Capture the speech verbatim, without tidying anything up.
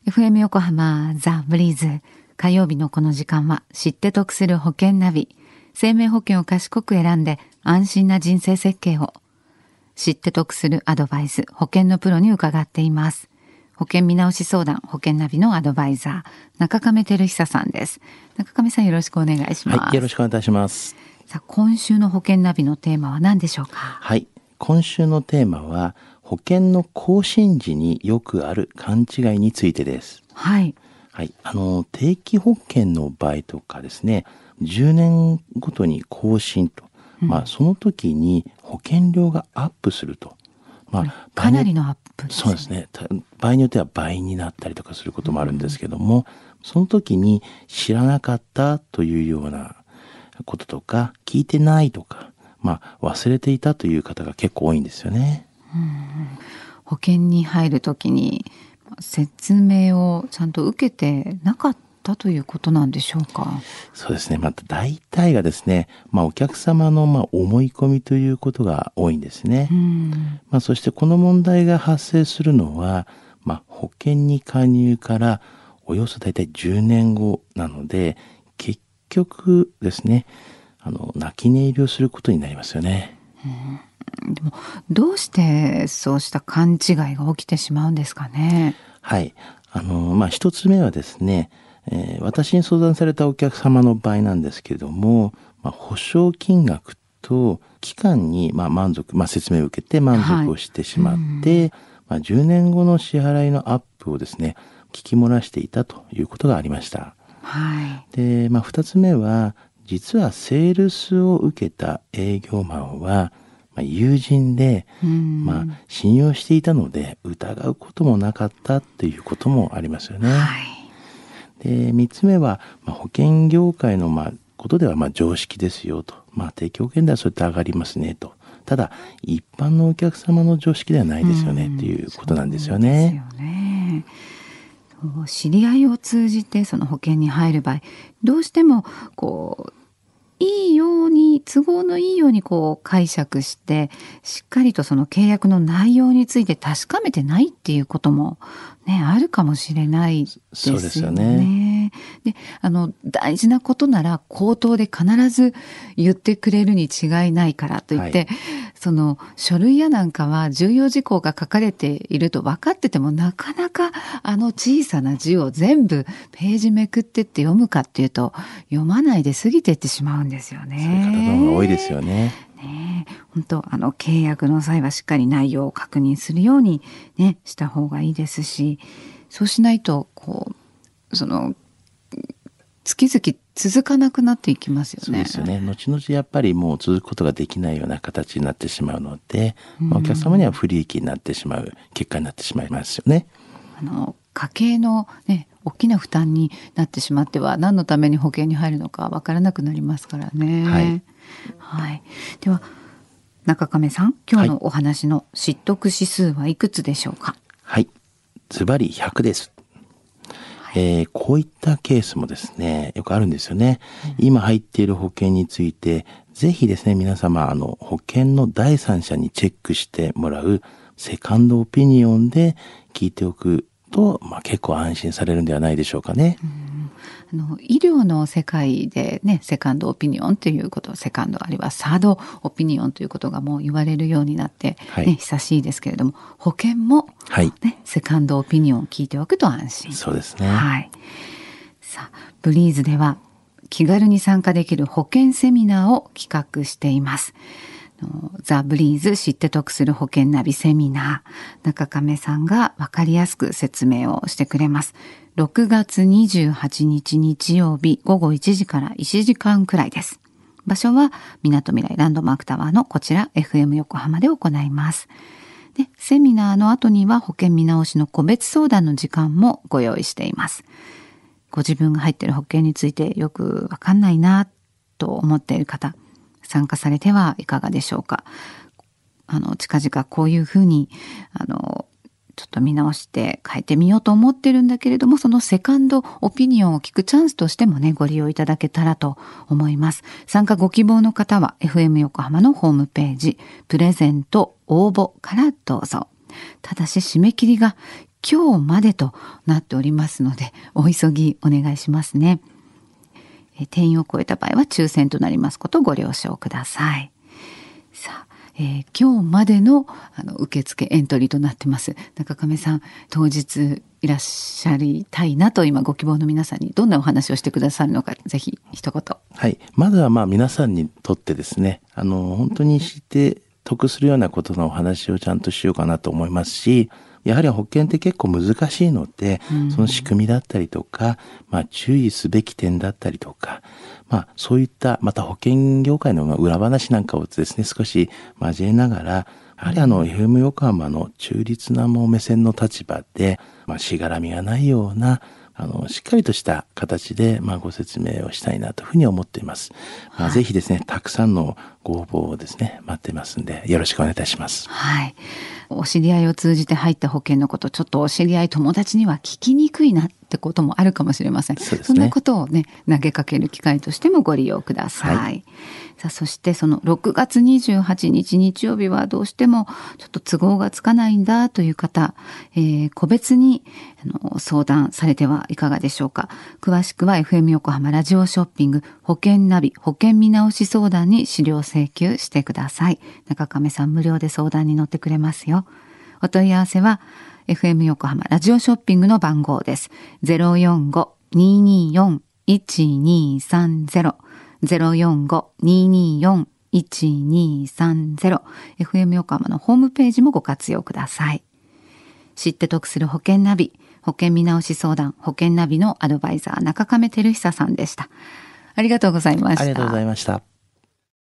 エフエム 横浜ザ・ブリーズ。火曜日のこの時間は知って得する保険ナビ。生命保険を賢く選んで安心な人生設計を。知って得するアドバイス、保険のプロに伺っています。保険見直し相談、保険ナビのアドバイザー、中亀照久さんです。中亀さん、よろしくお願いします。 はい、よろしくお願いいたします。 さあ、今週の保険ナビのテーマは何でしょうか？ はい、今週のテーマは保険の更新時によくある勘違いについてです。 はい。 はい、あの定期保険の場合とかですね、じゅうねんごとに更新と、うん、まあその時に保険料がアップすると、まあかなりのアップですね。 そうですね。場合によっては倍になったりとかすることもあるんですけども、うん、その時に知らなかったというようなこととか、聞いてないとか、まあ忘れていたという方が結構多いんですよね。 うん、保険に入る時に説明をちゃんと受けてなかったということなんでしょうか？ そうですね。また大体がですね、まあお客様のまあ思い込みということが多いんですね。うん、まあそしてこの問題が発生するのは、まあ保険に加入からおよそ大体じゅうねんごなので、結局ですね、あの泣き寝入りをすることになりますよね。 うん、でもどうしてそうした勘違いが起きてしまうんですかね？ はい。あの、まあ、一つ目はですね、えー、私に相談されたお客様の場合なんですけれども、まあ、保証金額と期間にまあ満足、まあ、説明を受けて満足をしてしまって、はい、まあ、じゅうねんごの支払いのアップをですね、聞き漏らしていたということがありました。 はい。 で、まあ、二つ目は、実はセールスを受けた営業マンは、まあ、友人で、まあ、信用していたので疑うこともなかったっていうこともありますよね。はい、でみっつめは、まあ、保険業界のまあことではまあ常識ですよと、まあ、定期保険ではそうやって上がりますねと。ただ一般のお客様の常識ではないですよねっていうことなんですよね。 そうですよね。知り合いを通じてその保険に入る場合、どうしてもこういいように都合のいいようにこう解釈してしっかりとその契約の内容について確かめてないっていうこともねあるかもしれないですよね。 そうですよね。 で、あの大事なことなら口頭で必ず言ってくれるに違いないからといって、はい、その書類やなんかは重要事項が書かれていると分かっててもなかなかあの小さな字を全部ページめくってって読むかっていうと読まないで過ぎていってしまうんですよね。 そういう方の方が多いですよね。 ねえ、本当あの契約の際はしっかり内容を確認するようにねした方がいいですし、そうしないとこうその月々続かなくなっていきますよね。 そうですよね。後々やっぱりもう続くことができないような形になってしまうので、まあ、お客様には不利益になってしまう結果になってしまいますよね。 あの家計のね大きな負担になってしまっては何のために保険に入るのかわからなくなりますからね。はい。はい。では中亀さん、今日のお話の知得指数はいくつでしょうか？ はい。ズバリひゃくです。えー、こういったケースもですね、よくあるんですよね。うん、今入っている保険について、ぜひですね、皆様、あの、保険の第三者にチェックしてもらうセカンドオピニオンで聞いておくと、まあ、結構安心されるんではないでしょうかね。 うん、あの医療の世界でね、セカンドオピニオンということ、セカンドあるいはサードオピニオンということがもう言われるようになって、ね、はい、久しいですけれども、保険も、ね、はい、セカンドオピニオンを聞いておくと安心。 そうですね。 はい。さあ、ブリーズでは気軽に参加できる保険セミナーを企画しています。ザ・ブリーズ知って得する保険ナビセミナー、中亀さんが分かりやすく説明をしてくれます。ろくがつにじゅうはちにち日曜日ごごいちじからいちじかんくらいです。場所はみなとみらいランドマークタワーのこちら エフエム 横浜で行います。で、セミナーの後には保険見直しの個別相談の時間もご用意しています。ご自分が入っている保険についてよくわかんないなと思っている方、参加されてはいかがでしょうか。あの近々こういうふうにあのちょっと見直して変えてみようと思ってるんだけれども、そのセカンドオピニオンを聞くチャンスとしてもね、ご利用いただけたらと思います。参加ご希望の方は エフエム 横浜のホームページプレゼント応募からどうぞ。ただし締め切りが今日までとなっておりますので、お急ぎお願いしますね。定員を超えた場合は抽選となりますことをご了承ください。さあ、えー、今日までの、あの受付エントリーとなってます。中亀さん、当日いらっしゃりたいなと今ご希望の皆さんにどんなお話をしてくださるのか、ぜひ一言。 はい、まずはまあ皆さんにとってですね、あの本当に知って得するようなことのお話をちゃんとしようかなと思いますし、やはり保険って結構難しいので、うん、その仕組みだったりとか、まあ注意すべき点だったりとか、まあそういったまた保険業界の裏話なんかをですね、少し交えながら、やはりあの エフエム 横浜の中立なもう目線の立場で、まあしがらみがないような、あの、しっかりとした形で、まあ、ご説明をしたいなというふうに思っています。まあ、ぜひですね、たくさんのご応募をですね、待ってますんで、よろしくお願いいたします。 はい。お知り合いを通じて入った保険のこと、ちょっとお知り合い、友達には聞きにくいなってこともあるかもしれません。 そうですね。 そんなことをね、投げかける機会としてもご利用ください。はい、さあ、そしてそのろくがつにじゅうはちにち日曜日はどうしてもちょっと都合がつかないんだという方、えー、個別にあの相談されてはいかがでしょうか。詳しくは エフエム 横浜ラジオショッピング保険ナビ保険見直し相談に資料請求してください。中亀さん無料で相談に乗ってくれますよ。お問い合わせは エフエム 横浜ラジオショッピングの番号です。ゼロよんご にーにーよん いちにーさんゼロ ゼロよんご にーにーよん いちにーさんゼロ エフエム 横浜のホームページもご活用ください。知って得する保険ナビ保険見直し相談保険ナビのアドバイザー中亀照久さんでした。ありがとうございました。 ありがとうございました。